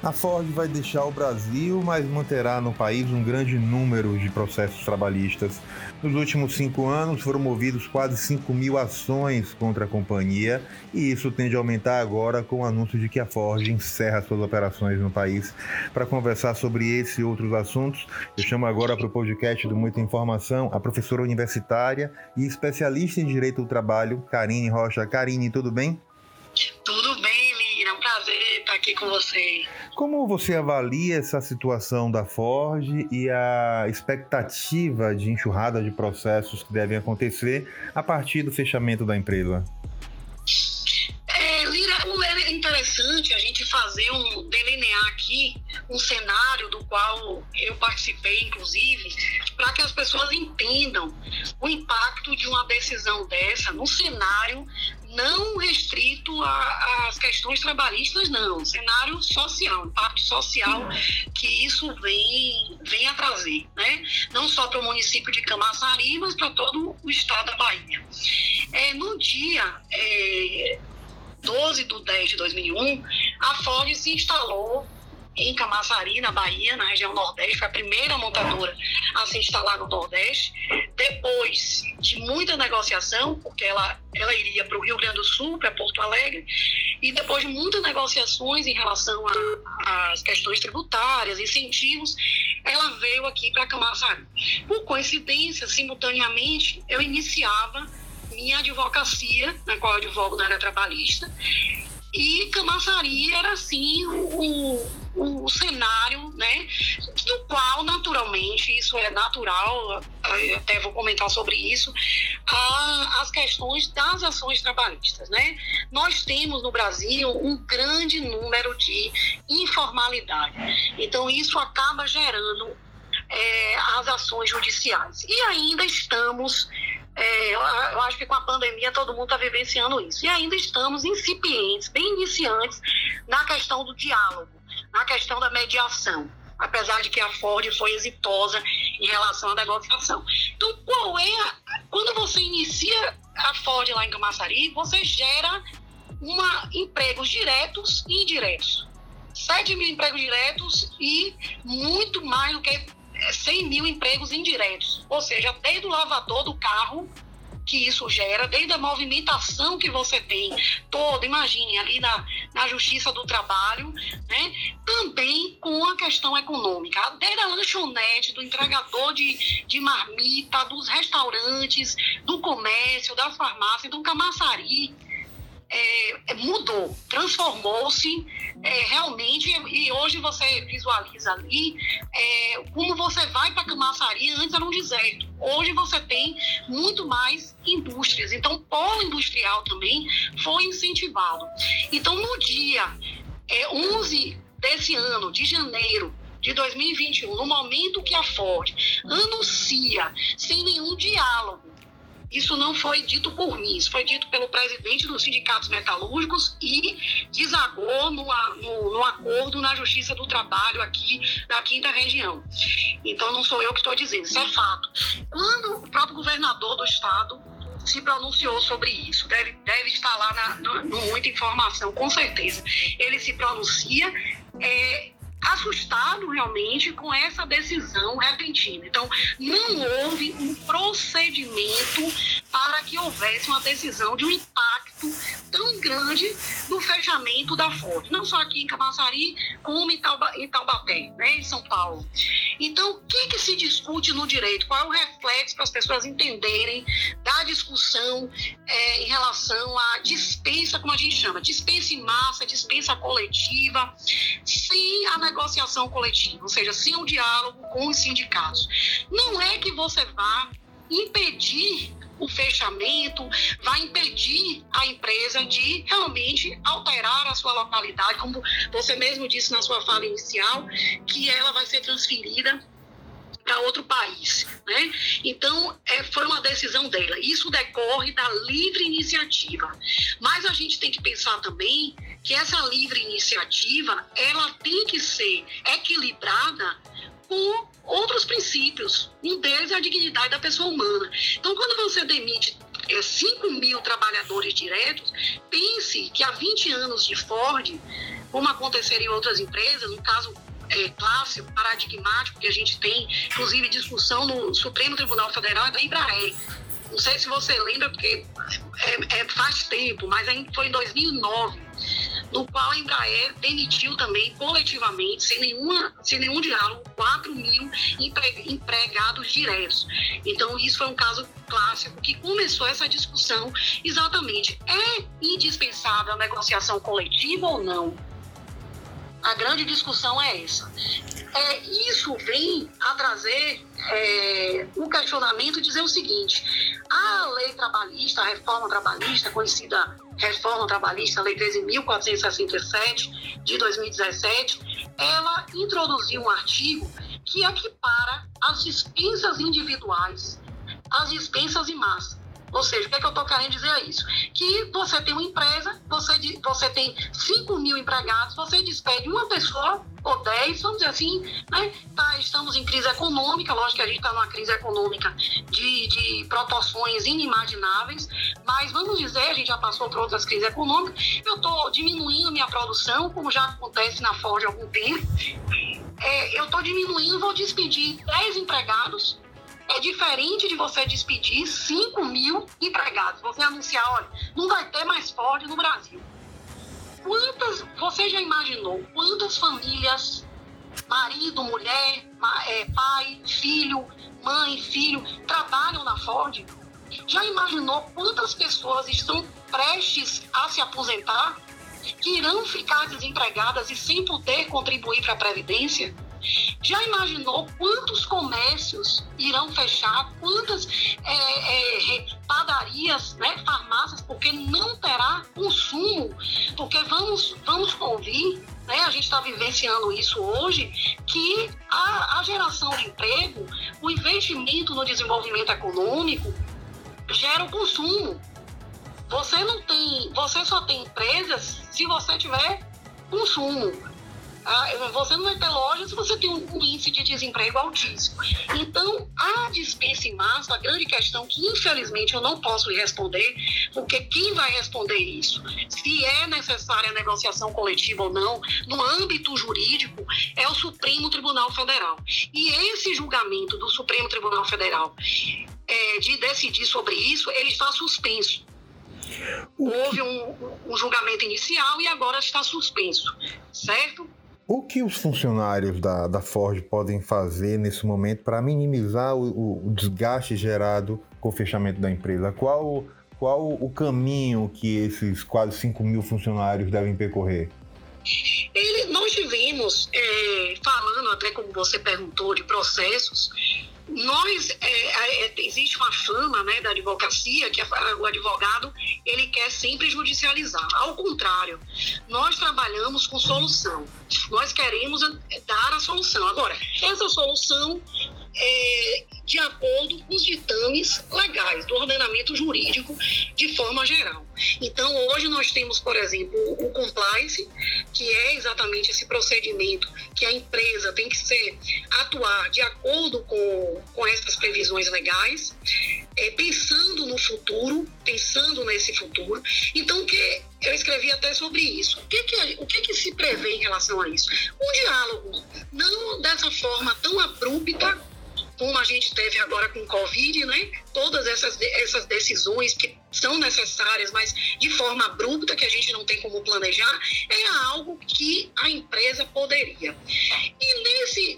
A Ford vai deixar o Brasil, mas manterá no país um grande número de processos trabalhistas. Nos últimos 5 anos foram movidos quase 5.000 ações contra a companhia e isso tende a aumentar agora com o anúncio de que a Ford encerra suas operações no país. Para conversar sobre esse e outros assuntos, eu chamo agora para o podcast do Muita Informação a professora universitária e especialista em Direito do Trabalho, Karine Rocha. Karine, tudo bem? Tudo bem, Lira. É um prazer estar aqui com você. Como você avalia essa situação da Ford e a expectativa de enxurrada de processos que devem acontecer a partir do fechamento da empresa? Lira, é interessante a gente delinear aqui um cenário do qual eu participei, inclusive, para que as pessoas entendam o impacto de uma decisão dessa no cenário não restrito às questões trabalhistas, não. Cenário social, impacto social que isso vem a trazer, né? Não só para o município de Camaçari, mas para todo o estado da Bahia. No dia 12/10/2001, a Ford se instalou em Camaçari, na Bahia, na região Nordeste. Foi a primeira montadora a se instalar no Nordeste. Depois de muita negociação, porque ela iria para o Rio Grande do Sul, para Porto Alegre, e depois de muitas negociações em relação às questões tributárias, incentivos, ela veio aqui para Camaçari. Por coincidência, simultaneamente, eu iniciava minha advocacia, na qual eu advogo na área trabalhista, e Camaçari era, assim, o cenário, né, do qual, naturalmente, isso é natural, até vou comentar sobre isso, as questões das ações trabalhistas, né? Nós temos no Brasil um grande número de informalidade, então isso acaba gerando as ações judiciais. E ainda estamos... eu acho que com a pandemia todo mundo está vivenciando isso. E ainda estamos incipientes, bem iniciantes, na questão do diálogo, na questão da mediação, apesar de que a Ford foi exitosa em relação à negociação. Então, quando você inicia a Ford lá em Camaçari, você gera empregos diretos e indiretos. 7 mil empregos diretos e muito mais do que 100 mil empregos indiretos, ou seja, desde o lavador do carro que isso gera, desde a movimentação que você tem toda, imagine, ali na Justiça do Trabalho, né? Também com a questão econômica, desde a lanchonete, do entregador de marmita, dos restaurantes, do comércio, das farmácias. Então, Camaçari mudou, transformou-se realmente, e hoje você visualiza ali como você vai para Camaçari. Antes era um deserto, hoje você tem muito mais indústrias, então o polo industrial também foi incentivado. Então no dia 11 desse ano, de janeiro de 2021, no momento que a Ford anuncia, sem nenhum diálogo, isso não foi dito por mim, isso foi dito pelo presidente dos sindicatos metalúrgicos e desagou no acordo na Justiça do Trabalho aqui da 5ª Região. Então não sou eu que estou dizendo, isso é fato. Quando o próprio governador do estado se pronunciou sobre isso, deve estar lá no Muita Informação, com certeza. Ele se pronuncia assustado realmente com essa decisão repentina. Então, não houve um procedimento para que houvesse uma decisão de um impacto tão grande no fechamento da Ford, não só aqui em Camaçari, como em Taubaté, né, em São Paulo. Então, o que se discute no direito? Qual é o reflexo para as pessoas entenderem da discussão em relação à dispensa, como a gente chama, dispensa em massa, dispensa coletiva, sem a negociação coletiva, ou seja, sem o diálogo com os sindicatos. Não é que você vá impedir o fechamento, vai impedir a empresa de realmente alterar a sua localidade, como você mesmo disse na sua fala inicial, que ela vai ser transferida para outro país, né? Então, foi uma decisão dela. Isso decorre da livre iniciativa. Mas a gente tem que pensar também que essa livre iniciativa, ela tem que ser equilibrada com outros princípios. Um deles é a dignidade da pessoa humana. Então, quando você demite 5 mil trabalhadores diretos, pense que há 20 anos de Ford, como aconteceria em outras empresas, um caso clássico, paradigmático, que a gente tem, inclusive, discussão no Supremo Tribunal Federal, é da Embraer. Não sei se você lembra, porque faz tempo, mas foi em 2009, no qual a Embraer demitiu também coletivamente, sem nenhum diálogo, 4 mil empregados diretos. Então, isso foi um caso clássico que começou essa discussão exatamente. É indispensável a negociação coletiva ou não? A grande discussão é essa. Isso vem a trazer um questionamento e dizer o seguinte: a lei trabalhista, a reforma trabalhista, conhecida reforma trabalhista, a lei 13.467 de 2017, ela introduziu um artigo que equipara as dispensas individuais às dispensas em massa. Ou seja, o que é que eu estou querendo dizer é isso? Que você tem uma empresa, você tem 5 mil empregados, você despede uma pessoa, ou 10, vamos dizer assim, né? Estamos em crise econômica, lógico que a gente está numa crise econômica de proporções inimagináveis, mas vamos dizer, a gente já passou por outras crises econômicas, eu estou diminuindo minha produção, como já acontece na Ford há algum tempo, eu estou diminuindo, vou despedir 10 empregados. É diferente de você despedir 5 mil empregados. Você anunciar, olha, não vai ter mais Ford no Brasil. Você já imaginou quantas famílias, marido, mulher, pai, filho, mãe, filho, trabalham na Ford? Já imaginou quantas pessoas estão prestes a se aposentar, que irão ficar desempregadas e sem poder contribuir para a Previdência? Já imaginou quantos comércios irão fechar, quantas padarias, né, farmácias, porque não terá consumo? Porque vamos convir, né, a gente está vivenciando isso hoje, que a geração de emprego, o investimento no desenvolvimento econômico gera o consumo. Você só tem empresas se você tiver consumo. Você não vai ter loja se você tem um índice de desemprego altíssimo. Então, a dispensa em massa, a grande questão que, infelizmente, eu não posso lhe responder, porque quem vai responder isso, se é necessária a negociação coletiva ou não, no âmbito jurídico, é o Supremo Tribunal Federal. E esse julgamento do Supremo Tribunal Federal de decidir sobre isso, ele está suspenso. Houve um julgamento inicial e agora está suspenso, certo? O que os funcionários da Ford podem fazer nesse momento para minimizar o desgaste gerado com o fechamento da empresa? Qual o caminho que esses quase 5 mil funcionários devem percorrer? Nós tivemos, falando até como você perguntou, de processos, existe uma fama, né, da advocacia, que o advogado ele quer sempre judicializar. Ao contrário, nós trabalhamos com solução. Nós queremos dar a solução. Agora, essa solução de acordo com os ditames legais do ordenamento jurídico de forma geral. Então, hoje nós temos, por exemplo, o compliance, que é exatamente esse procedimento que a empresa tem que atuar de acordo com essas previsões legais, pensando no futuro, pensando nesse futuro. Então, eu escrevi até sobre isso. O que se prevê em relação a isso? Um diálogo, não dessa forma tão abrupta, como a gente teve agora com o Covid, né? Todas essas decisões que são necessárias, mas de forma abrupta, que a gente não tem como planejar, é algo que a empresa poderia. E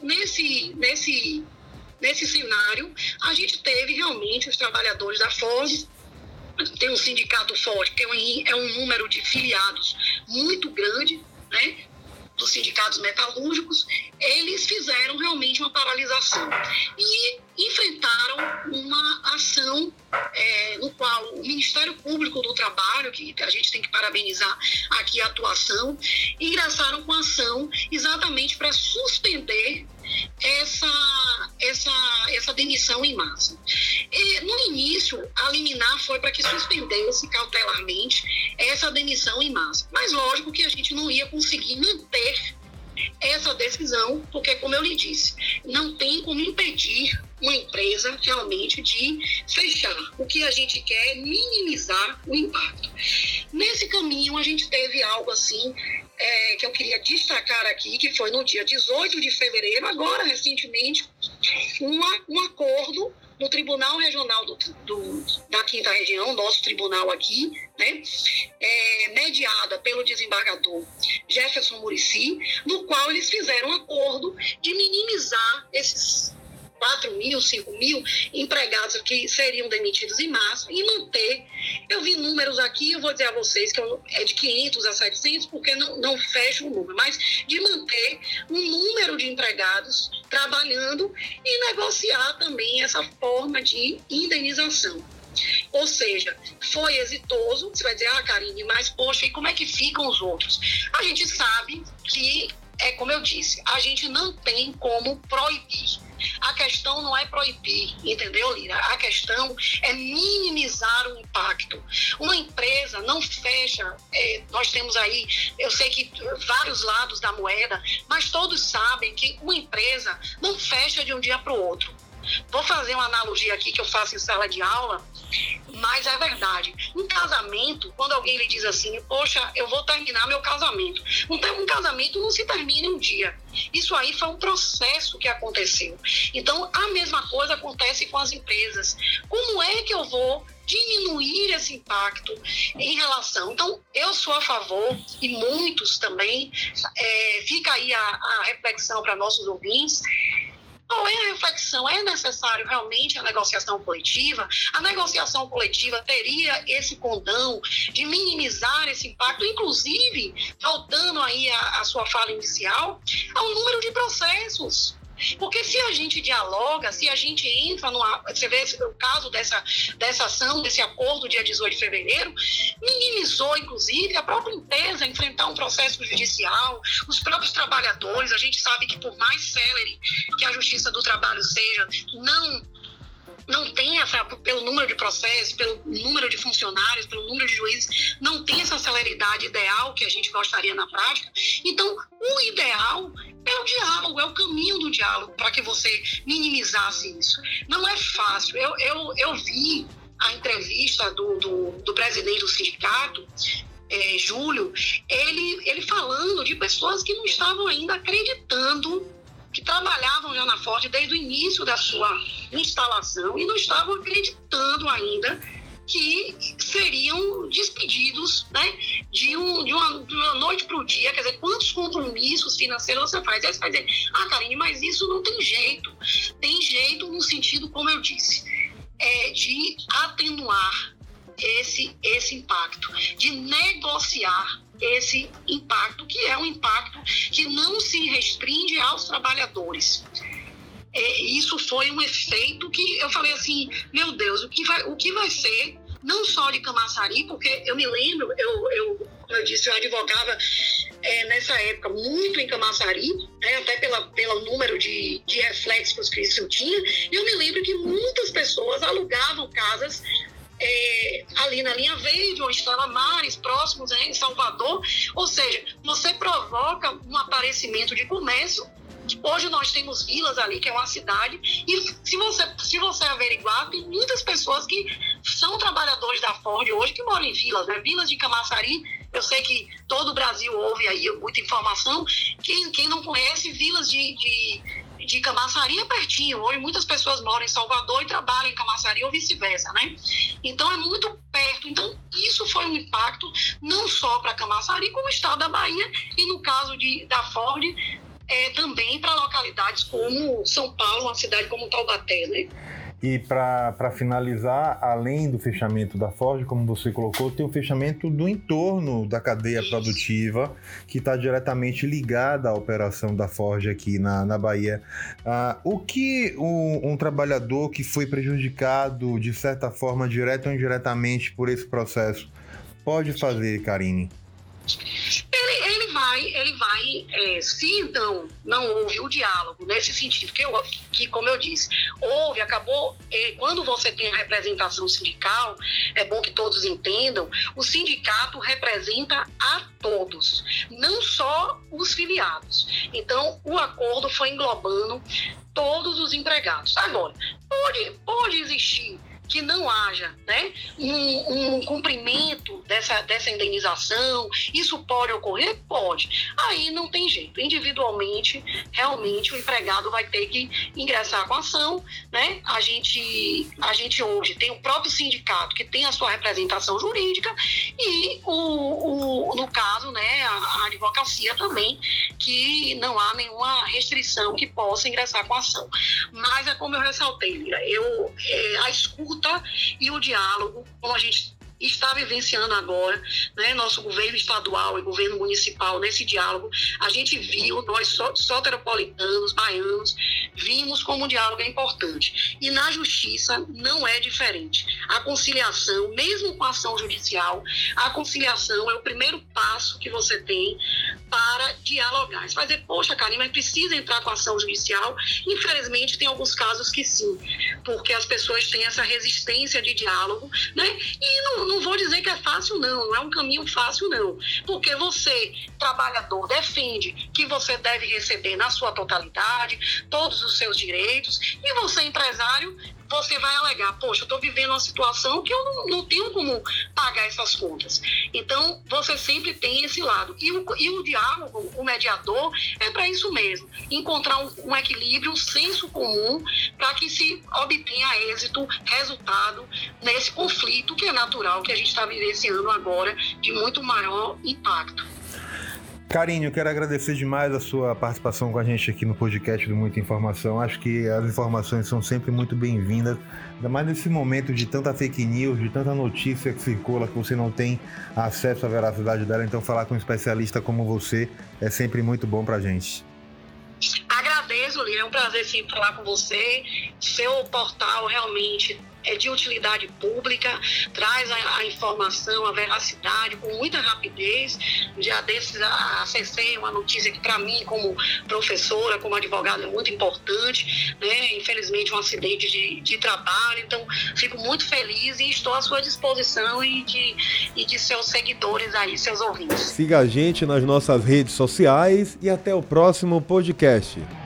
nesse cenário, a gente teve realmente os trabalhadores da Ford. Tem um sindicato Ford, que é um número de filiados muito grande, né, dos sindicatos metalúrgicos. Eles fizeram realmente uma paralisação e enfrentaram uma ação no qual o Ministério Público do Trabalho, que a gente tem que parabenizar aqui a atuação, ingressaram com ação exatamente para suspender essa demissão em massa. No início, a liminar foi para que suspendesse cautelarmente essa demissão em massa. Mas lógico que a gente não ia conseguir manter essa decisão, porque, como eu lhe disse, não tem como impedir uma empresa realmente de fechar. O que a gente quer é minimizar o impacto. Nesse caminho, a gente teve algo assim que eu queria destacar aqui, que foi no dia 18 de fevereiro, agora recentemente, um acordo no Tribunal Regional da Quinta Região, nosso tribunal aqui, né, mediada pelo desembargador Jefferson Muricy, no qual eles fizeram um acordo de minimizar esses 4.000, 5.000 empregados que seriam demitidos em massa e manter, eu vi números aqui, eu vou dizer a vocês que é de 500 a 700, porque não fecha o número, mas de manter um número de empregados trabalhando e negociar também essa forma de indenização. Ou seja, foi exitoso. Você vai dizer, Karine, mas poxa, e como é que ficam os outros? A gente sabe que, como eu disse, a gente não tem como proibir. A questão não é proibir, entendeu, Lira? A questão é minimizar o impacto. Uma empresa não fecha, nós temos aí, eu sei que vários lados da moeda, mas todos sabem que uma empresa não fecha de um dia para o outro. Vou fazer uma analogia aqui que eu faço em sala de aula, mas é verdade. Um casamento, quando alguém lhe diz assim, poxa, eu vou terminar meu casamento. Um casamento não se termina em um dia. Isso aí foi um processo que aconteceu. Então, a mesma coisa acontece com as empresas. Como é que eu vou diminuir esse impacto em relação? Então, eu sou a favor, e muitos também, fica aí a reflexão para nossos ouvintes. Qual é a reflexão? É necessário realmente a negociação coletiva? A negociação coletiva teria esse condão de minimizar esse impacto, inclusive, voltando aí à sua fala inicial, ao número de processos. Porque se a gente dialoga, se a gente entra você vê o caso dessa ação, desse acordo dia 18 de fevereiro, minimizou, inclusive, a própria empresa enfrentar um processo judicial, os próprios trabalhadores. A gente sabe que por mais célere que a Justiça do Trabalho seja, não tem pelo número de processos, pelo número de funcionários, pelo número de juízes, não tem essa celeridade ideal que a gente gostaria na prática. Então, o ideal é o diálogo, é o caminho do diálogo para que você minimizasse isso. Não é fácil. Eu vi a entrevista do presidente do sindicato, Júlio, ele falando de pessoas que não estavam ainda acreditando, que trabalhavam já na Ford desde o início da sua instalação e não estavam acreditando ainda que seriam despedidos, né, de uma noite para o dia. Quer dizer, quantos compromissos financeiros você faz? Aí você vai dizer, Karine, mas isso não tem jeito. Tem jeito no sentido, como eu disse, de atenuar esse impacto, de negociar esse impacto, que é um impacto que não se restringe aos trabalhadores. Isso foi um efeito que eu falei assim, meu Deus, o que vai ser, não só de Camaçari, porque eu me lembro, eu disse, eu advogava nessa época muito em Camaçari, até pelo número de reflexos que isso tinha, e eu me lembro que muitas pessoas alugavam casas ali na linha verde, onde estava Mares, próximos, em Salvador. Ou seja, você provoca um aparecimento de comércio. Hoje nós temos Vilas ali, que é uma cidade, e se você averiguar, tem muitas pessoas que são trabalhadores da Ford hoje que moram em Vilas, né? Vilas de Camaçari, eu sei que todo o Brasil ouve aí muita informação. Quem não conhece, Vilas de Camaçari é pertinho. Hoje muitas pessoas moram em Salvador e trabalham em Camaçari ou vice-versa, né? Então é muito perto. Então isso foi um impacto não só para Camaçari, como o estado da Bahia, e no caso da Ford, também para localidades como São Paulo, uma cidade como Taubaté, né? E para finalizar, além do fechamento da Ford, como você colocou, tem o fechamento do entorno da cadeia produtiva, que está diretamente ligada à operação da Ford aqui na Bahia. O que um trabalhador que foi prejudicado, de certa forma, direta ou indiretamente por esse processo, pode fazer, Karine? Ele vai Aí, se então não houve o diálogo nesse sentido, que como eu disse, acabou, quando você tem a representação sindical, é bom que todos entendam, o sindicato representa a todos, não só os filiados. Então, o acordo foi englobando todos os empregados. Agora, pode existir que não haja, né, um cumprimento dessa indenização, isso pode ocorrer? Pode. Aí não tem jeito. Individualmente, realmente, o empregado vai ter que ingressar com a ação, né? A gente hoje tem o próprio sindicato que tem a sua representação jurídica e, no caso, né, a advocacia também, que não há nenhuma restrição que possa ingressar com a ação. Mas é como eu ressaltei, Lira, a escuta e o diálogo, como a gente está vivenciando agora, né, nosso governo estadual e governo municipal, nesse diálogo, a gente viu, nós soteropolitanos, baianos, vimos como o diálogo é importante. E na justiça não é diferente. A conciliação, mesmo com a ação judicial, a conciliação é o primeiro passo que você tem para dialogar. Você vai dizer, poxa, Karine, mas precisa entrar com a ação judicial? Infelizmente, tem alguns casos que sim, porque as pessoas têm essa resistência de diálogo, né? E não vou dizer que é fácil, não é um caminho fácil, não. Porque você, trabalhador, defende que você deve receber na sua totalidade todos os seus direitos, e você, empresário, você vai alegar, poxa, eu estou vivendo uma situação que eu não tenho como pagar essas contas. Então, você sempre tem esse lado. E o diálogo, o mediador, é para isso mesmo, encontrar um equilíbrio, um senso comum, para que se obtenha êxito, resultado nesse conflito que é natural, que a gente está vivenciando agora, de muito maior impacto. Karine, eu quero agradecer demais a sua participação com a gente aqui no podcast do Muita Informação. Acho que as informações são sempre muito bem-vindas, ainda mais nesse momento de tanta fake news, de tanta notícia que circula, que você não tem acesso à veracidade dela. Então, falar com um especialista como você é sempre muito bom pra gente. Agradeço, Lira. É um prazer sempre falar com você. Seu portal realmente é de utilidade pública, traz a informação, a veracidade com muita rapidez. Um dia desses acessei uma notícia que para mim, como professora, como advogada, é muito importante, né? Infelizmente um acidente de trabalho, então fico muito feliz e estou à sua disposição e de seus seguidores aí, seus ouvintes. Siga a gente nas nossas redes sociais e até o próximo podcast.